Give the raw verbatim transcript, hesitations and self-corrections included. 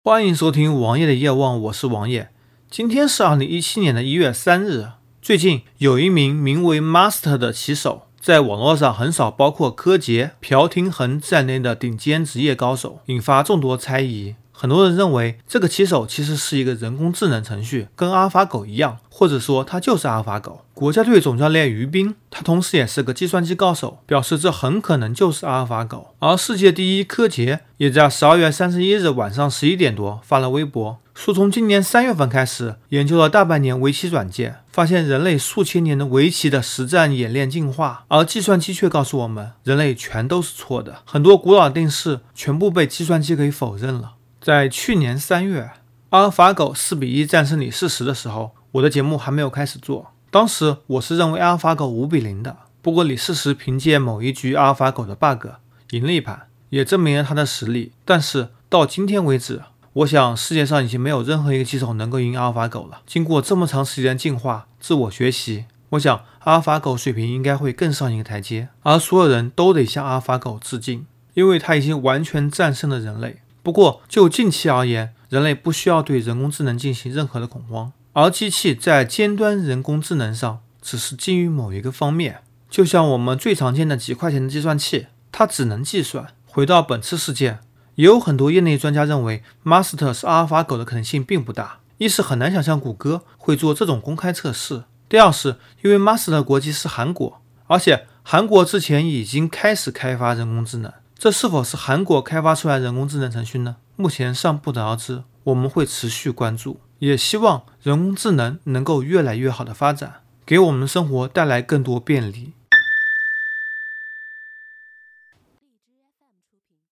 欢迎收听王爷的夜望，我是王爷。今天是二零一七年的一月三日。最近有一名名为 Master 的棋手，在网络上横扫包括柯洁、朴廷桓在内的顶尖职业高手，引发众多猜疑。很多人认为这个棋手其实是一个人工智能程序，跟阿尔法狗一样，或者说他就是阿尔法狗。国家队总教练于斌，他同时也是个计算机高手，表示这很可能就是阿尔法狗。而世界第一柯洁也在十二月三十一日晚上十一点多发了微博，说从今年三月份开始研究了大半年围棋软件，发现人类数千年的围棋的实战演练进化，而计算机却告诉我们人类全都是错的，很多古老定式全部被计算机给否认了。在去年三月，阿尔法狗四比一战胜李世石的时候，我的节目还没有开始做。当时我是认为阿尔法狗五比零的，不过李世石凭借某一局阿尔法狗的 bug 赢了一盘，也证明了他的实力。但是到今天为止，我想世界上已经没有任何一个棋手能够赢阿尔法狗了。经过这么长时间进化、自我学习，我想阿尔法狗水平应该会更上一个台阶，而所有人都得向阿尔法狗致敬，因为它已经完全战胜了人类。不过就近期而言，人类不需要对人工智能进行任何的恐慌，而机器在尖端人工智能上只是基于某一个方面，就像我们最常见的几块钱的计算器，它只能计算。回到本次事件，也有很多业内专家认为 Master 是阿尔法狗的可能性并不大，一是很难想象谷歌会做这种公开测试，第二是因为 Master 的国籍是韩国，而且韩国之前已经开始开发人工智能，这是否是韩国开发出来人工智能程序呢？目前尚不得而知，我们会持续关注，也希望人工智能能够越来越好的发展，给我们生活带来更多便利。